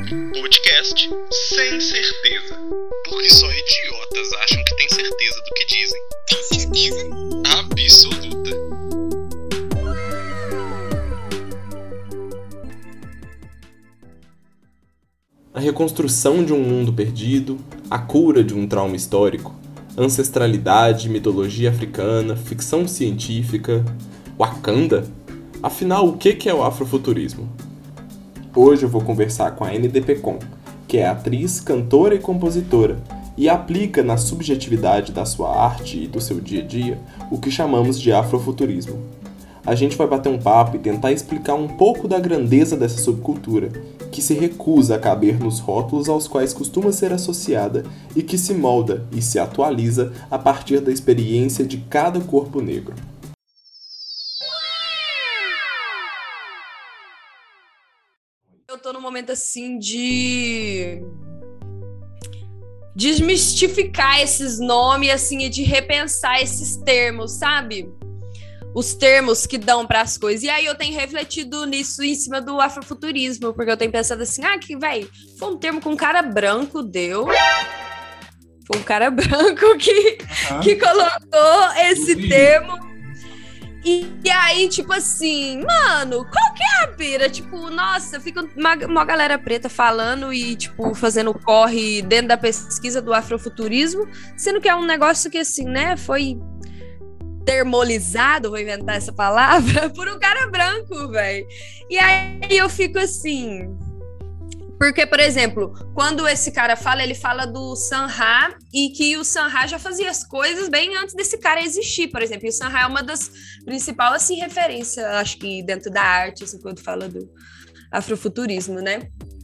Podcast sem certeza. Porque só idiotas acham que tem certeza do que dizem. Tem certeza? Absoluta. A reconstrução de um mundo perdido, a cura de um trauma histórico, ancestralidade, mitologia africana, ficção científica, Wakanda? Afinal, o que é o afrofuturismo? Hoje eu vou conversar com a NDPcon, que é atriz, cantora e compositora, e aplica na subjetividade da sua arte e do seu dia a dia o que chamamos de afrofuturismo. A gente vai bater um papo e tentar explicar um pouco da grandeza dessa subcultura, que se recusa a caber nos rótulos aos quais costuma ser associada e que se molda e se atualiza a partir da experiência de cada corpo negro. Eu tô num momento assim de desmistificar esses nomes assim, e de repensar esses termos, sabe? Os termos que dão para as coisas. E aí eu tenho refletido nisso em cima do afrofuturismo, porque eu tenho pensado assim, que, velho, foi um termo com um cara branco, deu. Foi um cara branco que colocou esse termo. E aí, tipo assim, mano, qual que é a pira? Tipo, nossa, fica uma galera preta falando e, tipo, fazendo corre dentro da pesquisa do afrofuturismo, sendo que é um negócio que, assim, né, foi termolizado, vou inventar essa palavra, por um cara branco, velho. E aí eu fico assim... Porque, por exemplo, quando esse cara fala, ele fala do Sun Ra e que o Sun Ra já fazia as coisas bem antes desse cara existir, por exemplo. E o Sun Ra é uma das principais, assim, referências, acho que dentro da arte, assim, quando fala do afrofuturismo, né?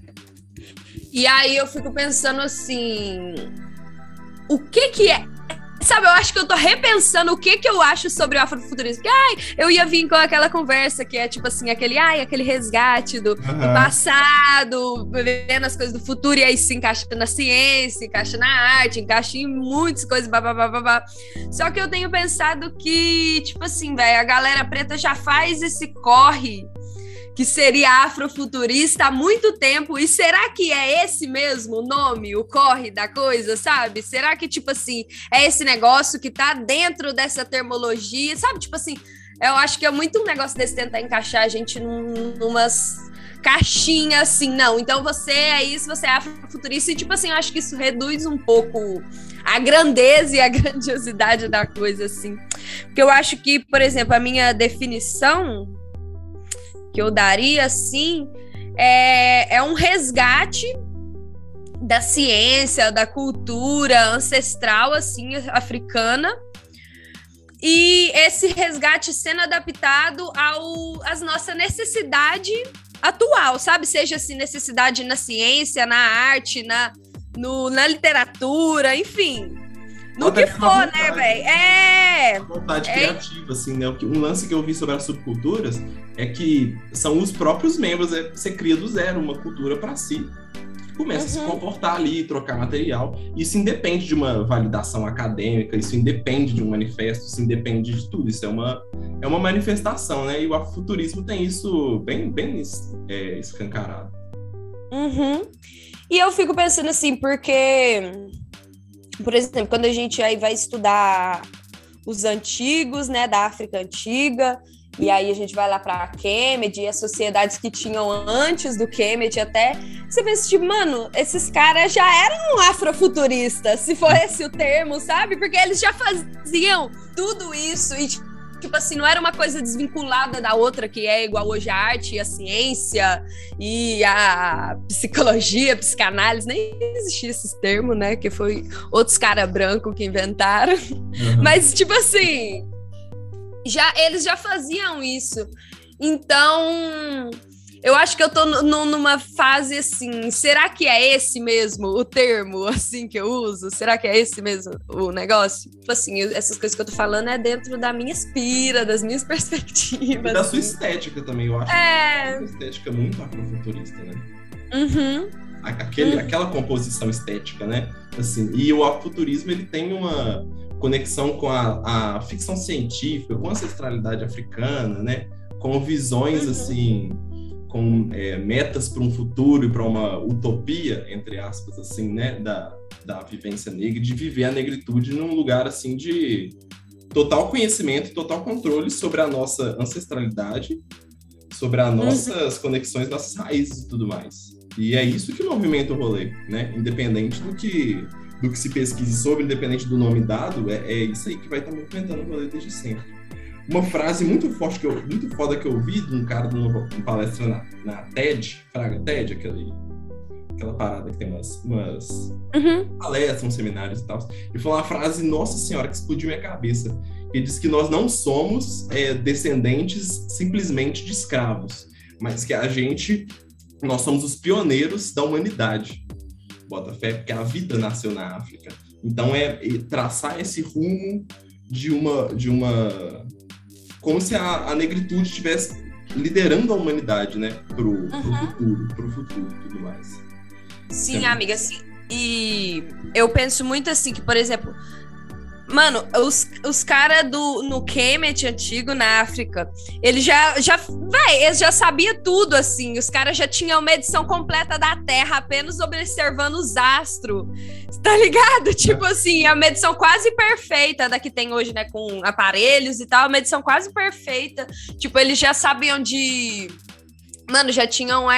E aí eu fico pensando assim, o que é? Sabe, eu acho que eu tô repensando o que eu acho sobre o afrofuturismo. Porque, eu ia vir com aquela conversa que é tipo assim, aquele resgate do passado, vendo as coisas do futuro, e aí se encaixa na ciência, encaixa na arte, encaixa em muitas coisas, babá. Só que eu tenho pensado que, tipo assim, velho, a galera preta já faz esse corre que seria afrofuturista há muito tempo, e será que é esse mesmo o nome, o corre da coisa, sabe? Será que, tipo assim, é esse negócio que tá dentro dessa termologia, sabe? Tipo assim, eu acho que é muito um negócio desse tentar encaixar a gente numas caixinhas assim, não, então você é isso, você é afrofuturista, e tipo assim, eu acho que isso reduz um pouco a grandeza e a grandiosidade da coisa, assim. Porque eu acho que, por exemplo, a minha definição que eu daria, assim, é um resgate da ciência, da cultura ancestral, assim, africana, e esse resgate sendo adaptado às nossa necessidade atual, sabe? Seja assim, necessidade na ciência, na arte, na literatura, enfim, no que for, né, velho? Vontade criativa, assim, né? Um lance que eu vi sobre as subculturas é que são os próprios membros, você cria do zero uma cultura para si, começa a se comportar ali, trocar material. Isso independe de uma validação acadêmica, isso independe de um manifesto, isso independe de tudo. Isso é uma manifestação, né? E o afrofuturismo tem isso bem escancarado. E eu fico pensando assim, porque... Por exemplo, quando a gente aí vai estudar os antigos, né, da África Antiga, e aí a gente vai lá para Kemet e as sociedades que tinham antes do Kemet até, você pensa, tipo, mano, esses caras já eram afrofuturistas, se for esse o termo, sabe? Porque eles já faziam tudo isso e, tipo assim, não era uma coisa desvinculada da outra, que é igual hoje a arte, a ciência e a psicologia, a psicanálise, nem existia esses termos, né, que foi outros caras brancos que inventaram, mas, tipo assim, eles já faziam isso, então... Eu acho que eu tô numa fase assim, será que é esse mesmo o termo, assim, que eu uso? Será que é esse mesmo o negócio? Tipo assim, essas coisas que eu tô falando é dentro da minha espira, das minhas perspectivas. E da sua estética também, eu acho que é uma estética muito afrofuturista, né? Aquela composição estética, né? Assim, e o afrofuturismo, ele tem uma conexão com a ficção científica, com a ancestralidade africana, né? Com visões, assim... com metas para um futuro e para uma utopia, entre aspas, assim, né, da vivência negra, de viver a negritude num lugar, assim, de total conhecimento, total controle sobre a nossa ancestralidade, sobre as nossas conexões, nossas raízes e tudo mais. E é isso que movimenta o rolê, né? Independente do que se pesquise sobre, independente do nome dado, é isso aí que vai estar movimentando o rolê desde sempre. Uma frase muito forte, muito foda que eu ouvi de um cara de uma palestra na TED, Fraga TED, aquela parada que tem umas palestras, uns seminários e tal. Ele falou uma frase, nossa senhora, que explodiu minha cabeça. Ele disse que nós não somos descendentes simplesmente de escravos, mas que nós somos os pioneiros da humanidade. Bota fé, porque a vida nasceu na África. Então traçar esse rumo de uma como se a negritude estivesse liderando a humanidade, né, pro futuro e tudo mais. Sim, amiga, assim, e eu penso muito assim, que, por exemplo, mano, os caras no Kemet antigo, na África, eles eles já sabiam tudo, assim, os caras já tinham uma edição completa da Terra, apenas observando os astros, tá ligado? Tipo assim, a medição quase perfeita da que tem hoje, né, com aparelhos e tal, a medição quase perfeita, tipo, eles já sabiam mano, já tinham,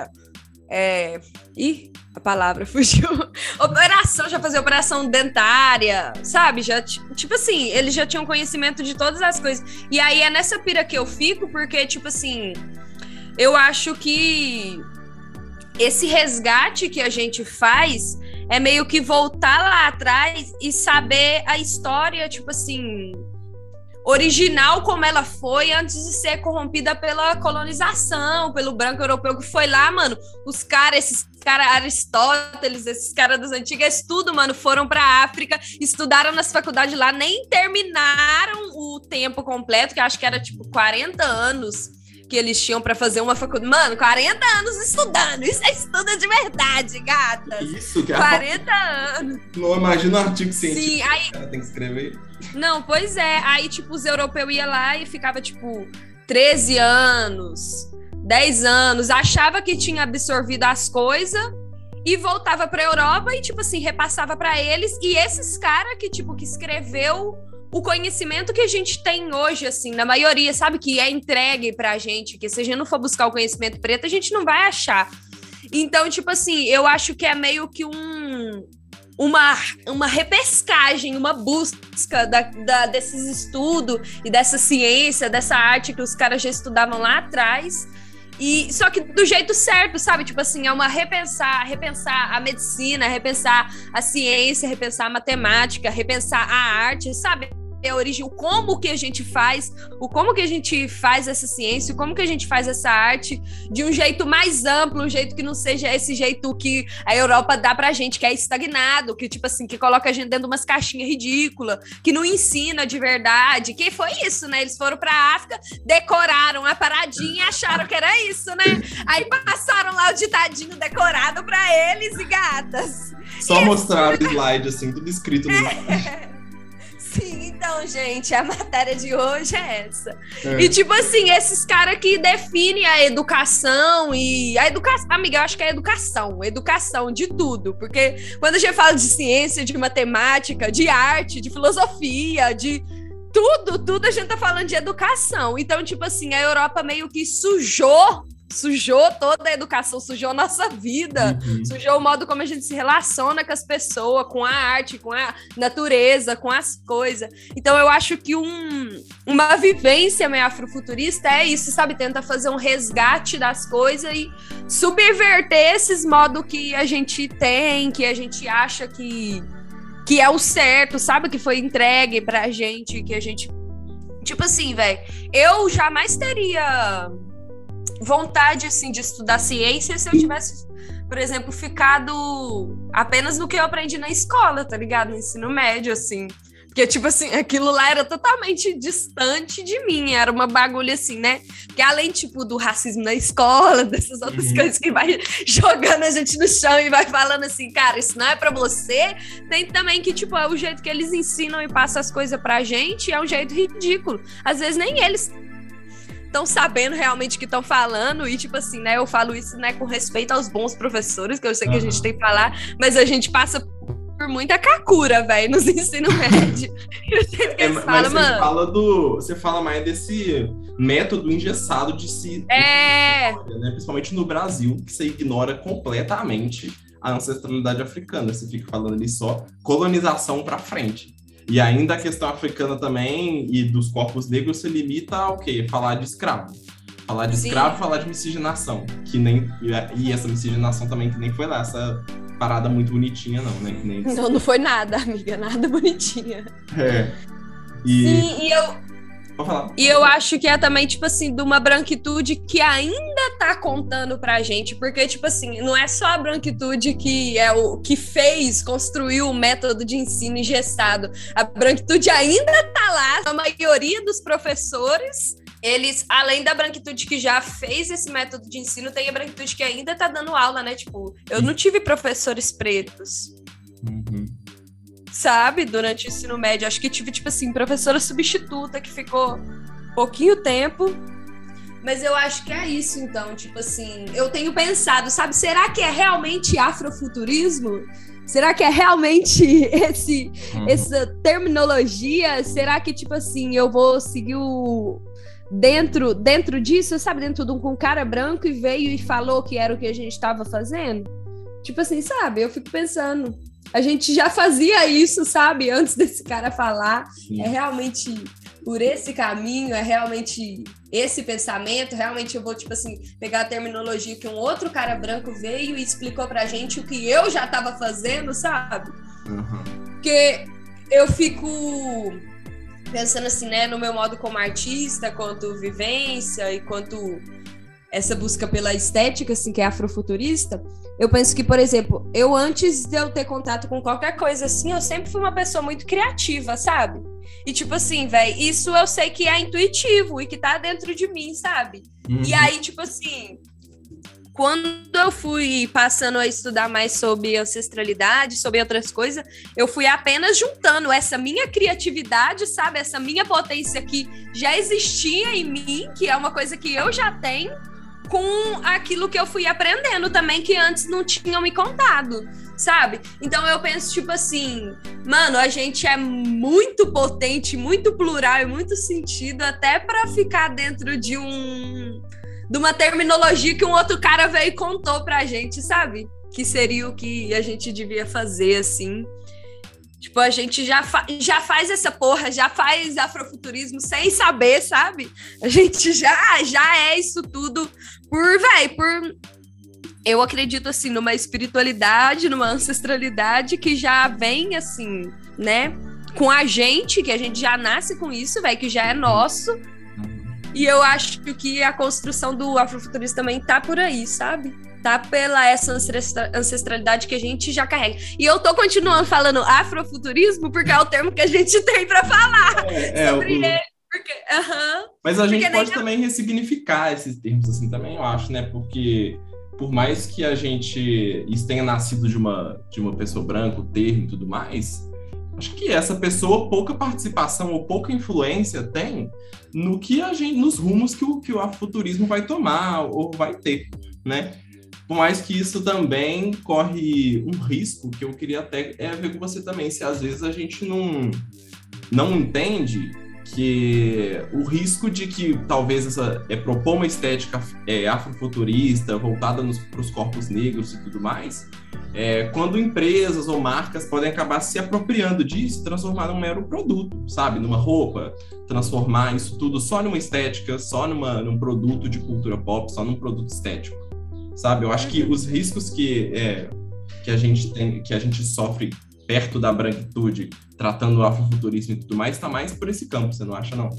a palavra fugiu. Já fazia operação dentária, sabe? Já, tipo assim, eles já tinham conhecimento de todas as coisas. E aí é nessa pira que eu fico, porque, tipo assim, eu acho que esse resgate que a gente faz é meio que voltar lá atrás e saber a história, tipo assim, original como ela foi antes de ser corrompida pela colonização, pelo branco europeu que foi lá, mano. Esses caras, Aristóteles, esses caras das antigas, tudo, mano, foram pra África, estudaram nas faculdades lá, nem terminaram o tempo completo, que acho que era tipo 40 anos que eles tinham pra fazer uma faculdade. Mano, 40 anos estudando. Isso é estudo de verdade, gatas. Isso, que 40 anos. Não imagina um artigo científico. Sim, aí... que ela tem que escrever. Não, pois é. Aí, tipo, os europeus iam lá e ficava, tipo, 13 anos, 10 anos, achava que tinha absorvido as coisas e voltava pra Europa e, tipo assim, repassava pra eles. E esses caras que, tipo, que escreveu o conhecimento que a gente tem hoje, assim, na maioria, sabe? Que é entregue pra gente, que se a gente não for buscar o conhecimento preto, a gente não vai achar. Então, tipo assim, eu acho que é meio que uma repescagem, uma busca desses estudos e dessa ciência, dessa arte que os caras já estudavam lá atrás, e só que do jeito certo, sabe? Tipo assim, é uma repensar a medicina, repensar a ciência, repensar a matemática, repensar a arte, sabe? A origem, como que a gente faz essa ciência, como que a gente faz essa arte de um jeito mais amplo, um jeito que não seja esse jeito que a Europa dá pra gente, que é estagnado, que tipo assim, que coloca a gente dentro de umas caixinhas ridículas, que não ensina de verdade, que foi isso, né? Eles foram pra África, decoraram a paradinha e acharam que era isso, né? Aí passaram lá o ditadinho decorado pra eles e gatas. Só mostraram o slide, assim, tudo escrito no slide. Sim, então, gente, a matéria de hoje é essa. E, tipo assim, esses caras que definem a educação e... Amiga, eu acho que é educação de tudo. Porque quando a gente fala de ciência, de matemática, de arte, de filosofia, de tudo a gente tá falando de educação. Então, tipo assim, a Europa meio que sujou toda a educação, sujou nossa vida, sujou o modo como a gente se relaciona com as pessoas, com a arte, com a natureza, com as coisas. Então eu acho que uma vivência meio afrofuturista é isso, sabe? Tenta fazer um resgate das coisas e subverter esses modos que a gente tem, que a gente acha que é o certo, sabe? Que foi entregue pra gente, que a gente... Tipo assim, velho, eu jamais teria vontade, assim, de estudar ciência se eu tivesse, por exemplo, ficado apenas no que eu aprendi na escola, tá ligado? No ensino médio, assim. Porque, tipo assim, aquilo lá era totalmente distante de mim, era uma bagulho assim, né? Porque além, tipo, do racismo na escola, dessas outras coisas que vai jogando a gente no chão e vai falando assim, cara, isso não é pra você, tem também que, tipo, é o jeito que eles ensinam e passam as coisas pra gente, é um jeito ridículo. Às vezes nem eles estão sabendo realmente o que estão falando, e tipo assim, né, eu falo isso, né, com respeito aos bons professores, que eu sei que a gente tem que falar, mas a gente passa por muita cacura, velho, nos ensino médio. Você fala mais desse método engessado de se... né? Principalmente no Brasil, que você ignora completamente a ancestralidade africana. Você fica falando ali só colonização para frente. E ainda a questão africana também e dos corpos negros se limita ao quê? Falar de escravo. Falar de escravo, falar de miscigenação. E essa miscigenação também que nem foi lá, essa parada muito bonitinha, não, né? Que nem... Não foi nada, amiga, nada bonitinha. Sim, e eu... Pode falar. E eu acho que é também, tipo assim, de uma branquitude que ainda tá contando pra gente, porque, tipo assim, não é só a branquitude que é o que construiu o método de ensino engessado. A branquitude ainda tá lá, a maioria dos professores, eles, além da branquitude que já fez esse método de ensino, tem a branquitude que ainda tá dando aula, né? Tipo, eu não tive professores pretos. Sabe, durante o ensino médio, acho que tive, tipo assim, professora substituta que ficou pouquinho tempo, mas eu acho que é isso, então, tipo assim, eu tenho pensado, sabe, será que é realmente afrofuturismo? Será que é realmente essa terminologia? Será que, tipo assim, eu vou seguir dentro disso, sabe, dentro de um cara branco e veio e falou que era o que a gente estava fazendo? Tipo assim, sabe, eu fico pensando... A gente já fazia isso, sabe? Antes desse cara falar. Sim. É realmente por esse caminho, é realmente esse pensamento. Realmente eu vou, tipo assim, pegar a terminologia que um outro cara branco veio e explicou pra gente o que eu já tava fazendo, sabe? Porque eu fico pensando assim, né? No meu modo como artista, quanto vivência e quanto essa busca pela estética, assim, que é afrofuturista. Eu penso que, por exemplo, eu antes de eu ter contato com qualquer coisa assim, eu sempre fui uma pessoa muito criativa, sabe? E tipo assim, velho, isso eu sei que é intuitivo e que tá dentro de mim, sabe? E aí, tipo assim, quando eu fui passando a estudar mais sobre ancestralidade, sobre outras coisas, eu fui apenas juntando essa minha criatividade, sabe? Essa minha potência que já existia em mim, que é uma coisa que eu já tenho, com aquilo que eu fui aprendendo também, que antes não tinham me contado, sabe? Então eu penso, tipo assim, mano, a gente é muito potente, muito plural e muito sentido, até pra ficar dentro de uma terminologia que um outro cara veio e contou pra gente, sabe? Que seria o que a gente devia fazer, assim. Tipo, a gente já faz essa porra, já faz afrofuturismo sem saber, sabe? A gente já é isso tudo eu acredito, assim, numa espiritualidade, numa ancestralidade que já vem, assim, né? Com a gente, que a gente já nasce com isso, velho, que já é nosso. E eu acho que a construção do afrofuturismo também tá por aí, sabe? Tá pela essa ancestralidade que a gente já carrega. E eu tô continuando falando afrofuturismo porque é o termo que a gente tem pra falar sobre ele. Porque, Mas a gente pode também ressignificar esses termos assim também, eu acho, né? Porque por mais que a gente tenha nascido de uma pessoa branca, o termo e tudo mais, acho que essa pessoa pouca participação ou pouca influência tem no que nos rumos que o afrofuturismo vai tomar ou vai ter, né? Por mais que isso também corre um risco, que eu queria até ver com você também, se às vezes a gente não entende que o risco de que talvez propor uma estética afrofuturista, voltada para os corpos negros e tudo mais, quando empresas ou marcas podem acabar se apropriando disso, transformar num mero produto, sabe? Numa roupa, transformar isso tudo só numa estética, só num produto de cultura pop, só num produto estético. Sabe, eu acho que os riscos que a gente tem, que a gente sofre perto da branquitude, tratando o afrofuturismo e tudo mais, tá mais por esse campo, você não acha, não?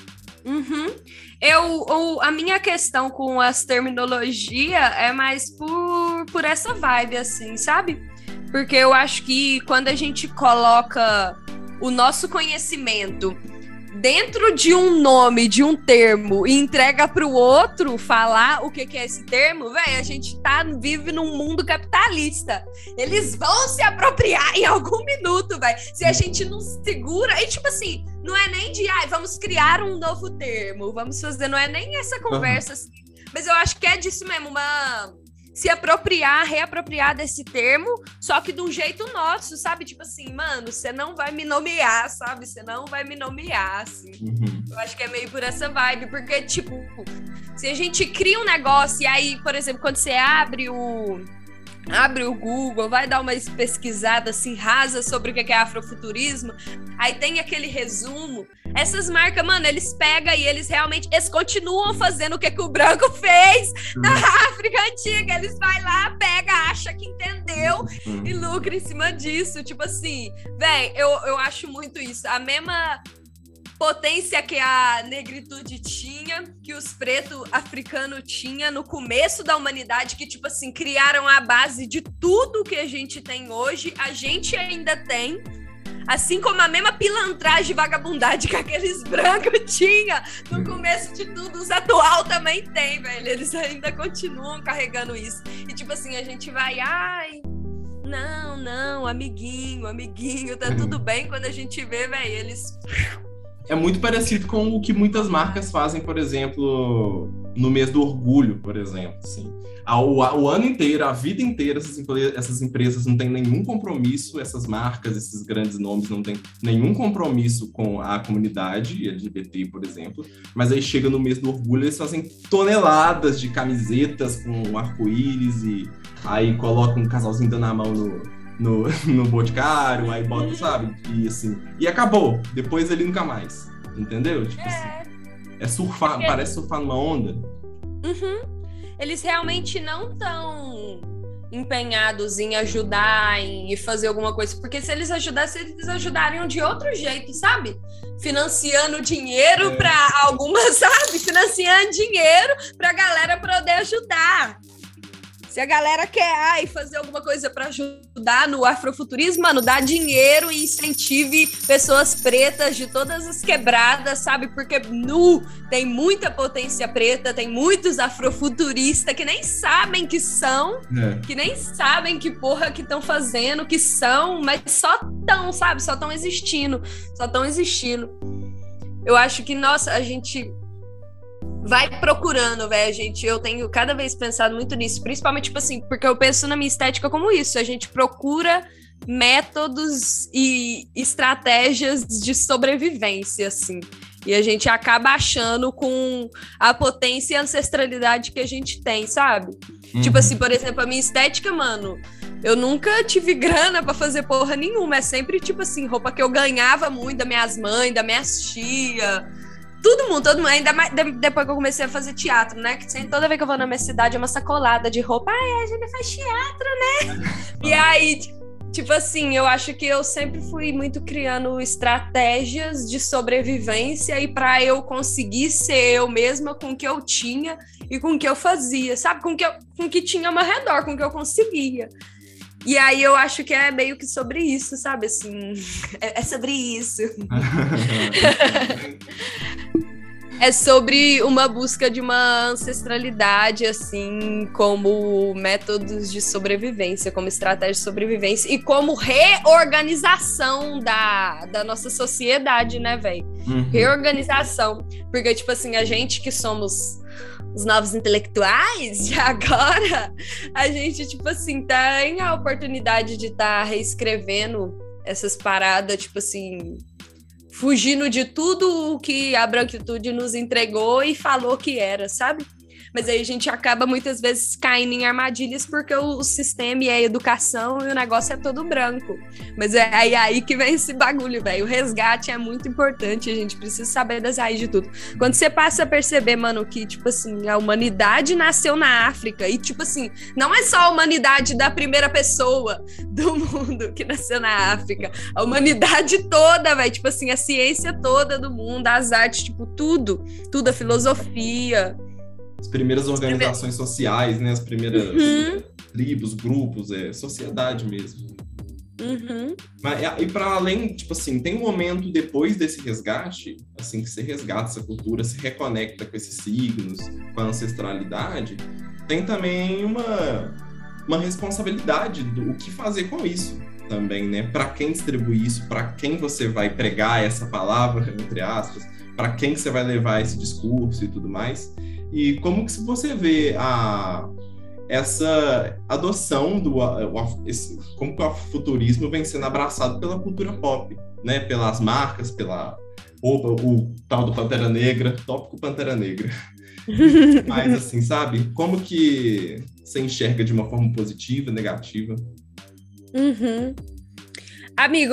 A minha questão com as terminologias é mais por essa vibe, assim, sabe? Porque eu acho que quando a gente coloca o nosso conhecimento dentro de um nome, de um termo, e entrega para o outro falar o que é esse termo, velho, a gente vive num mundo capitalista. Eles vão se apropriar em algum minuto, velho. Se a gente não segura, e tipo assim, não é nem de, vamos criar um novo termo, vamos fazer, não é nem essa conversa assim. Mas eu acho que é disso mesmo, se apropriar, reapropriar desse termo, só que de um jeito nosso, sabe? Tipo assim, mano, você não vai me nomear, sabe? Você não vai me nomear, assim. Eu acho que é meio por essa vibe, porque, tipo, se a gente cria um negócio e aí, por exemplo, quando você abre o Google, vai dar uma pesquisada assim, rasa sobre o que é afrofuturismo, aí tem aquele resumo, essas marcas, mano, eles pegam e eles continuam fazendo o que o branco fez na África Antiga, eles vai lá, pega, acha que entendeu e lucra em cima disso, tipo assim, véi, eu acho muito isso, a mesma potência que a negritude tinha, que os pretos africanos tinham no começo da humanidade, que, tipo assim, criaram a base de tudo que a gente tem hoje, a gente ainda tem, assim como a mesma pilantragem e vagabundagem que aqueles brancos tinham no começo de tudo, os atual também tem, velho, eles ainda continuam carregando isso, e tipo assim, a gente vai, não, amiguinho, tá tudo bem, quando a gente vê, velho, eles... É muito parecido com o que muitas marcas fazem, por exemplo, no mês do orgulho, por exemplo. Assim. O ano inteiro, a vida inteira, essas empresas não têm nenhum compromisso, essas marcas, esses grandes nomes não têm nenhum compromisso com a comunidade LGBT, por exemplo. Mas aí chega no mês do orgulho, eles fazem toneladas de camisetas com arco-íris e aí colocam um casalzinho dando a mão no Boticário, aí bota, sabe? E assim, e acabou. Depois ele nunca mais. Entendeu? Tipo assim. É surfar, parece surfar numa onda. Eles realmente não estão empenhados em ajudar, em fazer alguma coisa. Porque se eles ajudassem, eles ajudariam de outro jeito, sabe? Financiando dinheiro para algumas, sabe? Financiando dinheiro pra galera poder ajudar. Se a galera quer fazer alguma coisa para ajudar no afrofuturismo, mano, dá dinheiro e incentive pessoas pretas de todas as quebradas, sabe? Porque tem muita potência preta, tem muitos afrofuturistas que nem sabem que são, que nem sabem que porra que estão fazendo, que são, mas só estão, sabe? Só estão existindo. Eu acho que, nossa, a gente... vai procurando, velho, gente. Eu tenho cada vez pensado muito nisso, principalmente, tipo assim, porque eu penso na minha estética como isso. A gente procura métodos e estratégias de sobrevivência, assim. E a gente acaba achando com a potência e a ancestralidade que a gente tem, sabe? Tipo assim, por exemplo, a minha estética, mano, eu nunca tive grana pra fazer porra nenhuma. É sempre, tipo assim, roupa que eu ganhava muito das minhas mães, das minhas tias. Todo mundo, ainda mais depois que eu comecei a fazer teatro, né? Que toda vez que eu vou na minha cidade é uma sacolada de roupa. A gente faz teatro, né? E aí, tipo assim, eu acho que eu sempre fui muito criando estratégias de sobrevivência e pra eu conseguir ser eu mesma com o que eu tinha e com o que eu fazia, sabe? Com o que tinha ao meu redor, com o que eu conseguia. E aí eu acho que é meio que sobre isso, sabe? Assim, é sobre isso. É sobre uma busca de uma ancestralidade, assim, como métodos de sobrevivência, como estratégia de sobrevivência e como reorganização da nossa sociedade, né, velho? Reorganização. Porque, tipo assim, a gente que somos os novos intelectuais de agora, a gente, tipo assim, tem a oportunidade de estar reescrevendo essas paradas, tipo assim, fugindo de tudo o que a branquitude nos entregou e falou que era, sabe? Mas aí a gente acaba muitas vezes caindo em armadilhas porque o sistema e a educação e o negócio é todo branco. Mas é aí que vem esse bagulho, velho. O resgate é muito importante, a gente precisa saber das raízes de tudo. Quando você passa a perceber, mano, que, tipo assim, a humanidade nasceu na África e, tipo assim, não é só a humanidade da primeira pessoa do mundo que nasceu na África. A humanidade toda, velho, tipo assim, a ciência toda do mundo, as artes, tipo, tudo, a filosofia... As primeiras organizações sociais, né? As primeiras tribos, grupos, sociedade mesmo. Uhum. E para além, tipo assim, tem um momento depois desse resgate, assim, que você resgata essa cultura, se reconecta com esses signos, com a ancestralidade, tem também uma responsabilidade do que fazer com isso também, né? Para quem distribui isso, para quem você vai pregar essa palavra, entre aspas, para quem que você vai levar esse discurso e tudo mais. E como que você vê essa adoção como que o afrofuturismo vem sendo abraçado pela cultura pop, né? Pelas marcas, o tal do Pantera Negra, tópico Pantera Negra. Mas assim, sabe? Como que você enxerga de uma forma positiva, negativa? Uhum. Amigo,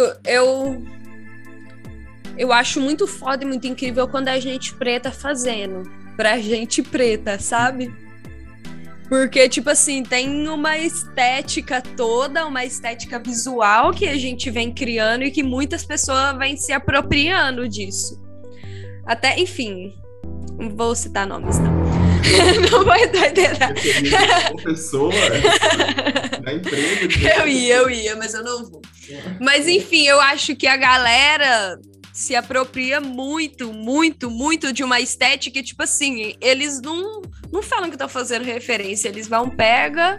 eu acho muito foda e muito incrível quando a gente preta fazendo pra gente preta, sabe? Porque, tipo assim, tem uma estética toda, uma estética visual que a gente vem criando e que muitas pessoas vêm se apropriando disso. Até, enfim, não vou citar nomes, não. Não vou entender. Pessoa, dá emprego. Eu ia, mas eu não vou. Mas, enfim, eu acho que a galera se apropria muito, muito, muito de uma estética, tipo assim, eles não falam que estão fazendo referência, eles pega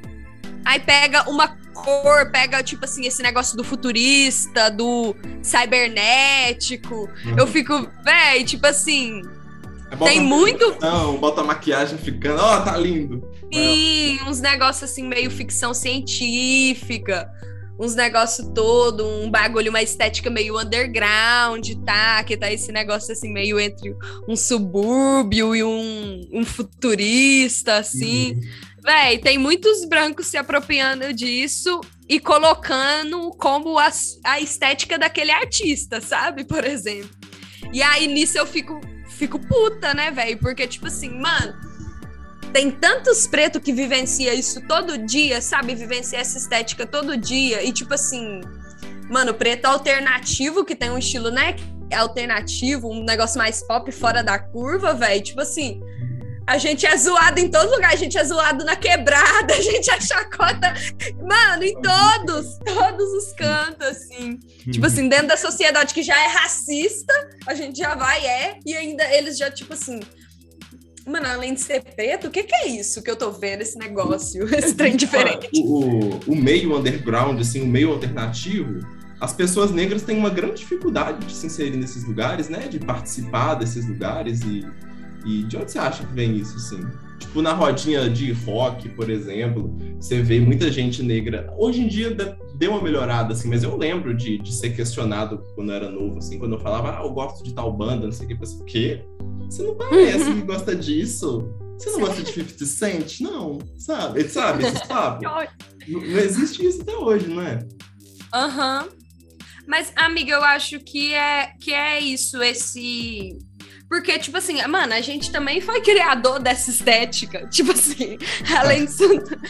uma cor, pega, tipo assim, esse negócio do futurista, do cibernético, eu fico, véi, tipo assim, tem muito... Não, bota a maquiagem ficando, tá lindo. Sim, uns negócios assim, meio ficção científica, uns negócios todo, um bagulho, uma estética meio underground, tá? Que tá esse negócio assim, meio entre um subúrbio e um futurista, assim. Véi, tem muitos brancos se apropriando disso e colocando como a estética daquele artista, sabe? Por exemplo. E aí, nisso eu fico puta, né, velho? Porque, tipo assim, mano, tem tantos pretos que vivencia isso todo dia, sabe? Vivencia essa estética todo dia. E, tipo assim, mano, preto alternativo, que tem um estilo, né? Alternativo, um negócio mais pop, fora da curva, velho. Tipo assim, a gente é zoado em todo lugar. A gente é zoado na quebrada, a gente é chacota. Mano, em todos os cantos, assim. Tipo assim, dentro da sociedade que já é racista, a gente já e ainda eles já, tipo assim... Mano, além de ser preto, o que é isso que eu tô vendo, esse negócio, esse trem diferente? O meio underground, assim, o meio alternativo, as pessoas negras têm uma grande dificuldade de se inserir nesses lugares, né? De participar desses lugares e de onde você acha que vem isso, assim? Tipo, na rodinha de rock, por exemplo, você vê muita gente negra. Hoje em dia deu uma melhorada, assim, mas eu lembro de ser questionado quando eu era novo, assim, quando eu falava, eu gosto de tal banda, não sei o que, eu pensei, o quê? Você não parece que gosta disso? Você não gosta de 50 Cent? Não, sabe? Esse papo? Não existe isso até hoje, não é? Aham. Mas, amiga, eu acho que é isso, esse... Porque, tipo assim, mano, a gente também foi criador dessa estética. Tipo assim, além disso...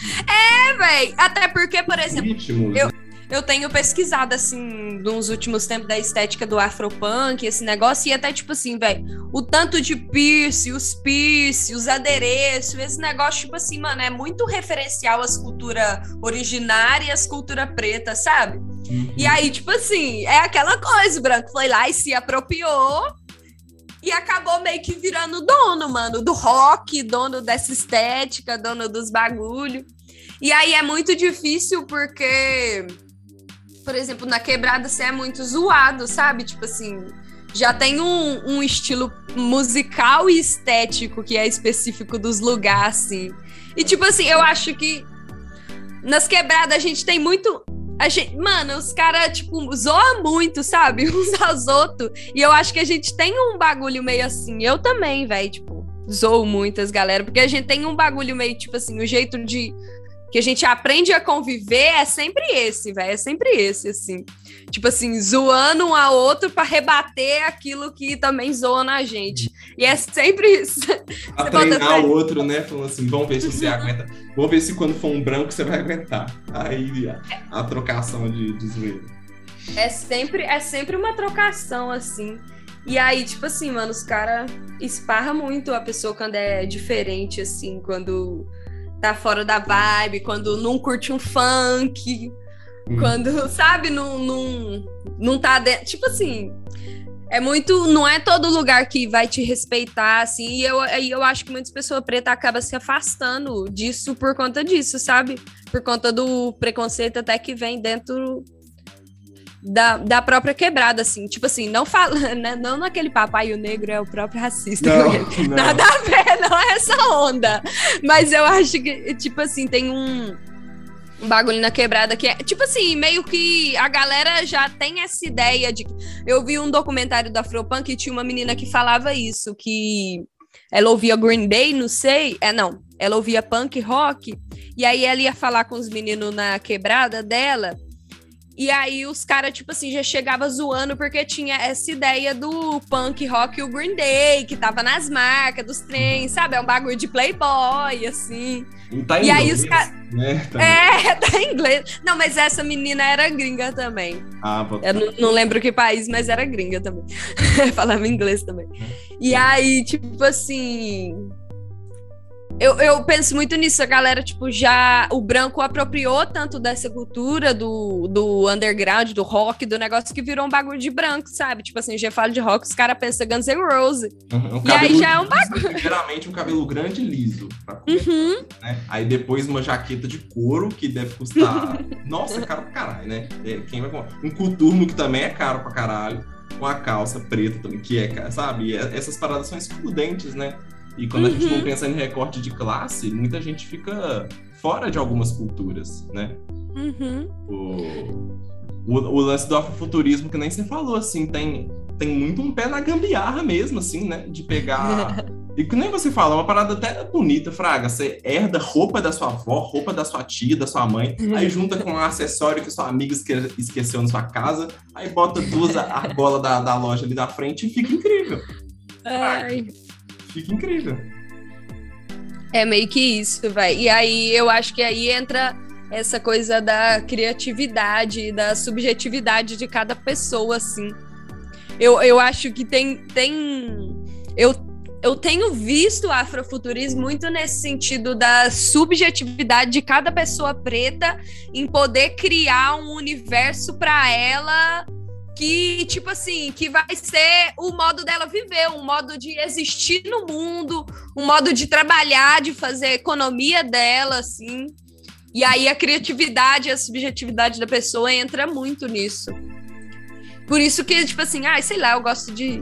véi! Até porque, por exemplo, eu tenho pesquisado, assim, nos últimos tempos da estética do afropunk, esse negócio, e até, tipo assim, velho, o tanto de piercing, os adereços, esse negócio, tipo assim, mano, é muito referencial às culturas originárias e às culturas pretas, sabe? E aí, tipo assim, é aquela coisa, o branco foi lá e se apropriou e acabou meio que virando dono, mano, do rock, dono dessa estética, dono dos bagulho. E aí é muito difícil porque... Por exemplo, na quebrada você é muito zoado, sabe? Tipo assim, já tem um estilo musical e estético que é específico dos lugares, assim. E tipo assim, eu acho que nas quebradas a gente tem muito... Mano, os caras, tipo, zoam muito, sabe? Uns aos outros. E eu acho que a gente tem um bagulho meio assim. Eu também, velho, tipo, zoo muitas galera. Porque a gente tem um bagulho meio, tipo assim, o jeito de... que a gente aprende a conviver é sempre esse, velho. É sempre esse, assim. Tipo assim, zoando um ao outro pra rebater aquilo que também zoa na gente. E é sempre isso. Pra treinar o outro, né? Falando assim, vamos ver se você aguenta. Vamos ver se quando for um branco você vai aguentar. Aí a trocação de zoeira. É sempre uma trocação, assim. E aí, tipo assim, mano, os caras esparram muito a pessoa quando é diferente, assim, quando... tá fora da vibe, quando não curte um funk, Quando, sabe, não tá dentro. Tipo assim, é muito. Não é todo lugar que vai te respeitar, assim. E eu acho que muitas pessoas pretas acabam se afastando disso por conta disso, sabe? Por conta do preconceito até que vem dentro da própria quebrada, assim. Tipo assim, não fala, né? Não naquele papai, o negro é o próprio racista. Não. Nada a ver, não é essa onda. Mas eu acho que, tipo assim, tem um bagulho na quebrada que é, tipo assim, meio que a galera já tem essa ideia de... Eu vi um documentário da Afropunk e tinha uma menina que falava isso, que ela ouvia Green Day, não sei, não, ela ouvia punk rock, e aí ela ia falar com os meninos na quebrada dela, e aí os caras, tipo assim, já chegavam zoando porque tinha essa ideia do punk rock e o Green Day, que tava nas marcas dos trens, sabe? É um bagulho de playboy, assim. Tá em e inglês, aí os caras... Né? Tá em inglês. Não, mas essa menina era gringa também. Eu não lembro que país, mas era gringa também. Falava inglês também. E aí, tipo assim... Eu penso muito nisso, a galera, tipo, já... O branco apropriou tanto dessa cultura do underground, do rock, do negócio que virou um bagulho de branco, sabe? Tipo assim, já falo de rock, os caras pensam Guns N' Roses. E aí já é um bagulho. Geralmente um cabelo grande e liso. Né? Aí depois uma jaqueta de couro, que deve custar... Nossa, é caro pra caralho, né? Quem vai comprar? Um coturno, que também é caro pra caralho. Com a calça preta também, que é caro, sabe? E essas paradas são excludentes, né? E quando a gente não pensa em recorte de classe, muita gente fica fora de algumas culturas, né? O lance do afrofuturismo, que nem você falou, assim, tem muito um pé na gambiarra mesmo, assim, né? De pegar... E que nem você fala, é uma parada até bonita, fraga. Você herda roupa da sua avó, roupa da sua tia, da sua mãe, aí junta com um acessório que sua amiga esqueceu na sua casa, aí bota duas argolas da loja ali na frente e fica incrível. Ai... Fica incrível. É meio que isso, velho. E aí eu acho que aí entra essa coisa da criatividade, da subjetividade de cada pessoa, assim. Eu acho que eu tenho visto o afrofuturismo muito nesse sentido da subjetividade de cada pessoa preta em poder criar um universo para ela... que, tipo assim, que vai ser o modo dela viver, um modo de existir no mundo, um modo de trabalhar, de fazer a economia dela, assim. E aí a criatividade, a subjetividade da pessoa entra muito nisso. Por isso que, tipo assim, sei lá, eu gosto de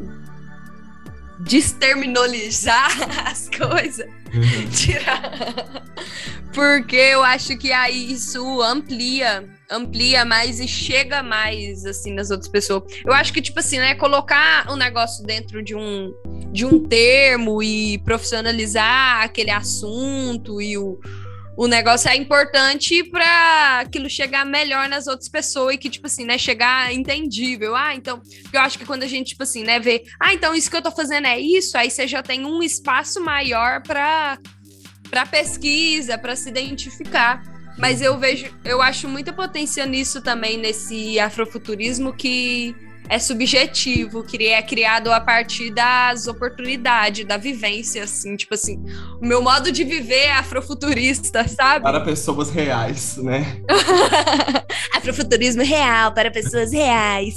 desterminolizar as coisas. Tirar... Porque eu acho que aí isso amplia mais e chega mais, assim, nas outras pessoas. Eu acho que, tipo assim, né, colocar um negócio dentro de um termo e profissionalizar aquele assunto e o negócio é importante para aquilo chegar melhor nas outras pessoas e que, tipo assim, né, chegar entendível. Então, eu acho que quando a gente, tipo assim, né, vê, então isso que eu tô fazendo é isso, aí você já tem um espaço maior para pesquisa, para se identificar. Mas eu acho muita potência nisso também, nesse afrofuturismo que é subjetivo, que é criado a partir das oportunidades, da vivência, assim, tipo assim, o meu modo de viver é afrofuturista, sabe? Para pessoas reais, né? Afrofuturismo real, para pessoas reais.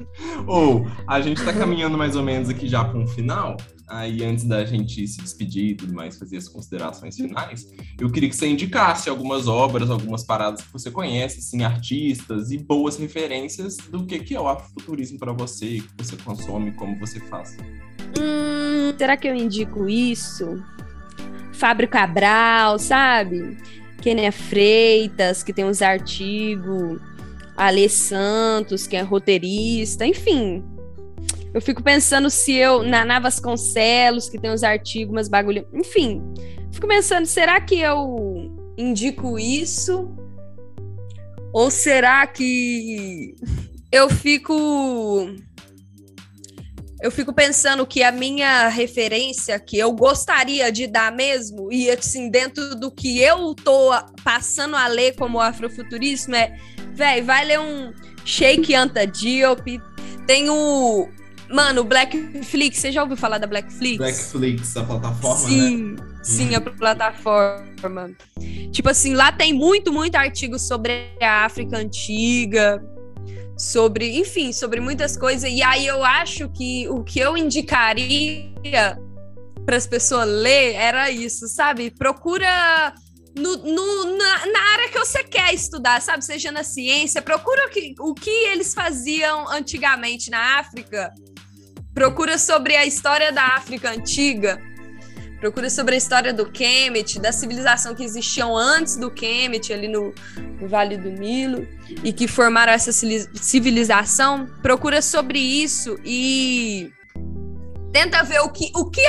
A gente tá caminhando mais ou menos aqui já para um final. Aí, antes da gente se despedir e tudo mais, fazer as considerações finais, eu queria que você indicasse algumas obras, algumas paradas que você conhece, assim, artistas e boas referências do que é o afrofuturismo para você, que você consome, como você faz. Será que eu indico isso? Fábio Cabral, sabe? Kênia Freitas, que tem uns artigos, Alê Santos, que é roteirista, enfim... Eu fico pensando se eu... Naná Vasconcelos, que tem uns artigos, umas bagulho... Enfim, fico pensando, será que eu indico isso? Ou será que eu fico pensando que a minha referência, que eu gostaria de dar mesmo, e assim, dentro do que eu tô passando a ler como afrofuturismo, vai ler um Sheikh Anta Diop, tem o... Mano, Blackflix, você já ouviu falar da Blackflix? Blackflix, a plataforma, sim, né? Sim, a plataforma. Tipo assim, lá tem muito artigo sobre a África antiga, enfim, sobre muitas coisas. E aí eu acho que o que eu indicaria para as pessoas ler era isso, sabe? Procura na área que você quer estudar, sabe? Seja na ciência, procura o que eles faziam antigamente na África. Procura sobre a história da África antiga. Procura sobre a história do Kemet, da civilização que existiam antes do Kemet, ali no Vale do Nilo, e que formaram essa civilização. Procura sobre isso e tenta ver o que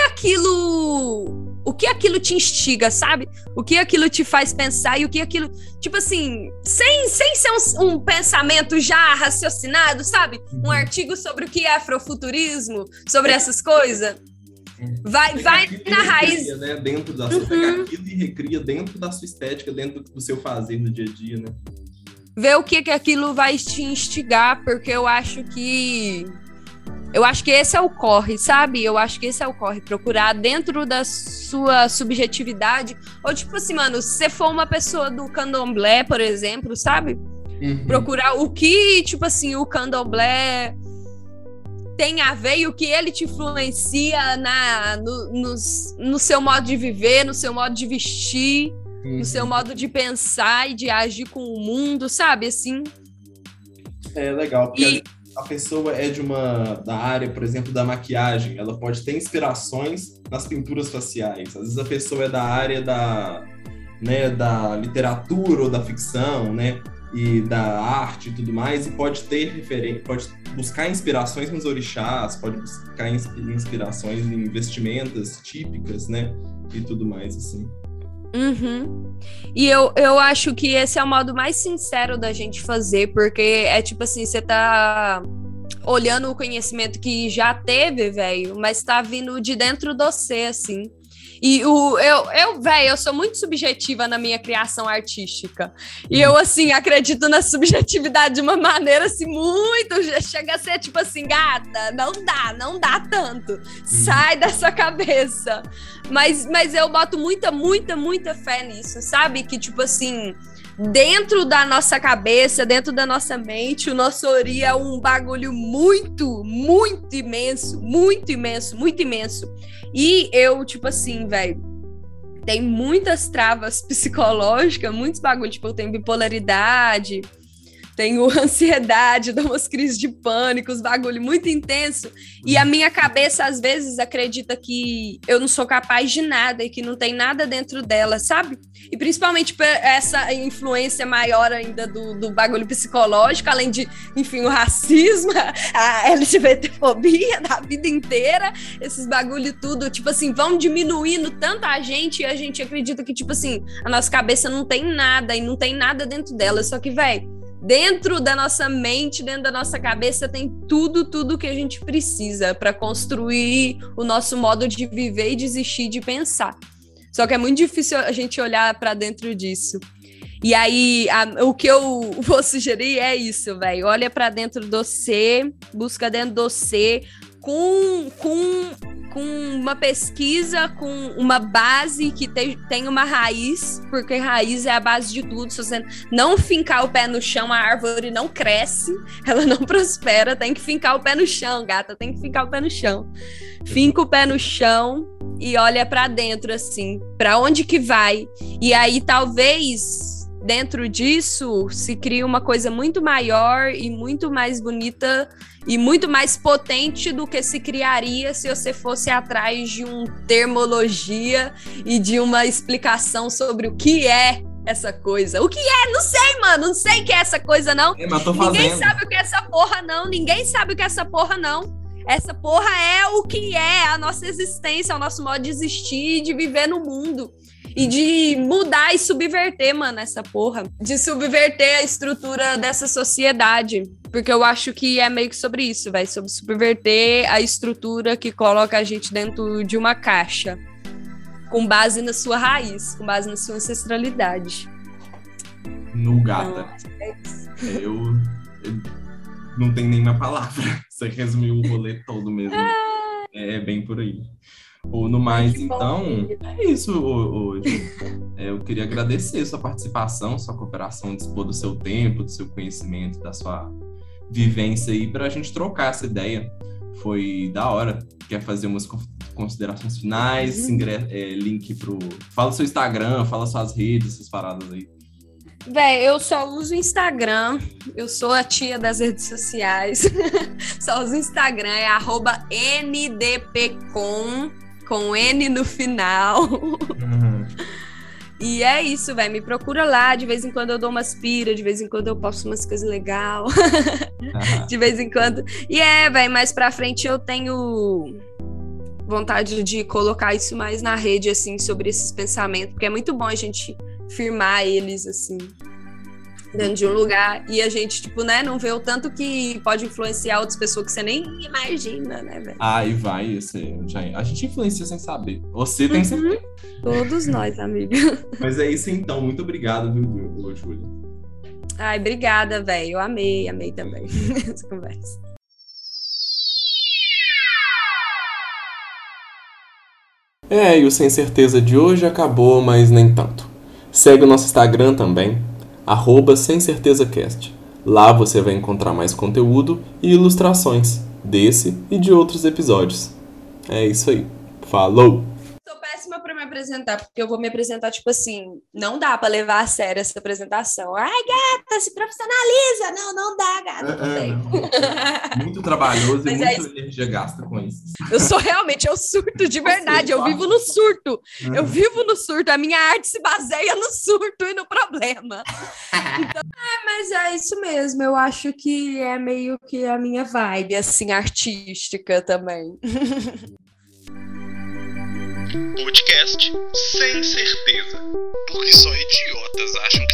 aquilo te instiga, sabe? O que aquilo te faz pensar e o que aquilo... Tipo assim, sem ser um pensamento já raciocinado, sabe? Um artigo sobre o que é afrofuturismo, sobre essas coisas. Vai na raiz. Recria, né? Dentro da sua... Pega aquilo e recria dentro da sua estética, dentro do seu fazer no dia a dia, né? Ver o que aquilo vai te instigar, porque eu acho que esse é o corre, sabe? Eu acho que esse é o corre. Procurar dentro da sua subjetividade. Ou tipo assim, mano, se você for uma pessoa do candomblé, por exemplo, sabe? Procurar o que, tipo assim, o candomblé tem a ver e o que ele te influencia no seu modo de viver, no seu modo de vestir, no seu modo de pensar e de agir com o mundo, sabe? Assim. É legal, porque a pessoa é da área, por exemplo, da maquiagem, ela pode ter inspirações nas pinturas faciais. Às vezes a pessoa é da área da literatura ou da ficção, né? E da arte e tudo mais, e pode buscar inspirações nos orixás, pode buscar inspirações em vestimentas típicas, né? E tudo mais, assim. E eu acho que esse é o modo mais sincero da gente fazer, porque é tipo assim, você tá olhando o conhecimento que já teve, velho, mas tá vindo de dentro de você, assim. E eu sou muito subjetiva na minha criação artística. E eu, assim, acredito na subjetividade de uma maneira, assim, muito... Chega a ser, tipo assim, gata, não dá tanto. Sai dessa cabeça. Mas eu boto muita fé nisso, sabe? Que, tipo assim... Dentro da nossa cabeça, dentro da nossa mente, o nosso ori é um bagulho muito imenso. E eu, tipo assim, velho, tem muitas travas psicológicas, muitos bagulhos, tipo, eu tenho bipolaridade, tenho ansiedade, dou umas crises de pânico, os bagulho muito intenso, e a minha cabeça, às vezes, acredita que eu não sou capaz de nada e que não tem nada dentro dela, sabe? E principalmente essa influência maior ainda do bagulho psicológico, além de, enfim, o racismo, a LGBTfobia da vida inteira, esses bagulho tudo, tipo assim, vão diminuindo tanto a gente e a gente acredita que, tipo assim, a nossa cabeça não tem nada e não tem nada dentro dela, só que, velho, dentro da nossa mente, dentro da nossa cabeça tem tudo que a gente precisa para construir o nosso modo de viver e desistir de pensar. Só que é muito difícil a gente olhar para dentro disso. E aí, o que eu vou sugerir é isso, velho. Olha para dentro do você, busca dentro do você, com uma pesquisa, com uma base que tem uma raiz, porque raiz é a base de tudo. Se você não fincar o pé no chão, a árvore não cresce, ela não prospera. Tem que fincar o pé no chão, gata, tem que fincar o pé no chão. Finca o pé no chão e olha pra dentro, assim, pra onde que vai. E aí, talvez, dentro disso, se crie uma coisa muito maior e muito mais bonita e muito mais potente do que se criaria se você fosse atrás de uma termologia e de uma explicação sobre o que é essa coisa. O que é? Não sei, mano. Não sei o que é essa coisa, não. Mas tô Ninguém fazendo. sabe o que é essa porra, não. Ninguém sabe o que é essa porra, não. Essa porra é o que é a nossa existência, o nosso modo de existir, de viver no mundo. E de mudar e subverter, mano, essa porra. De subverter a estrutura dessa sociedade. Porque eu acho que é meio que sobre isso, velho. Sobre subverter a estrutura que coloca a gente dentro de uma caixa. Com base na sua raiz, com base na sua ancestralidade. No gata. É isso. Eu não tenho nenhuma palavra. Você resumiu o rolê todo mesmo. É bem por aí. Ou no mais, que bom, então, amiga. é isso hoje. Eu queria agradecer sua participação, sua cooperação, dispor do seu tempo, do seu conhecimento, da sua vivência aí, para a gente trocar essa ideia. Foi da hora. Quer fazer umas considerações finais? Link pro... Fala o seu Instagram, fala suas redes, essas paradas aí. Véi, eu só uso o Instagram, eu sou a tia das redes sociais, só uso o Instagram, é @ndpcom, com N no final. E é isso, velho, me procura lá, de vez em quando eu dou umas piras, de vez em quando eu posto umas coisas legais, de vez em quando. E velho, mais pra frente eu tenho vontade de colocar isso mais na rede, assim, sobre esses pensamentos, porque é muito bom a gente firmar eles, assim, dentro de um lugar, e a gente, tipo, né, não vê o tanto que pode influenciar outras pessoas que você nem imagina, né, velho? E vai, a gente influencia sem saber. Você tem certeza. Todos nós, amiga. Mas é isso então, muito obrigado, viu, Júlia? Ai, obrigada, velho, eu amei também essa conversa. E o Sem Certeza de hoje acabou, mas nem tanto. Segue o nosso Instagram também, @SemCertezaCast. Lá você vai encontrar mais conteúdo e ilustrações desse e de outros episódios. É isso aí. Falou! Sou péssima pra me apresentar, porque eu vou me apresentar, tipo assim, não dá pra levar a sério essa apresentação. Ai, gata, se profissionaliza! Não dá, gata, não tem. Muito trabalhoso e Mas muita energia gasta com isso. Eu surto de verdade, eu vivo no surto. Eu vivo no surto, a minha arte se baseia no surto e no problema. Então, mas é isso mesmo, eu acho que é meio que a minha vibe, assim, artística também. Podcast Sem Certeza, porque só idiotas acham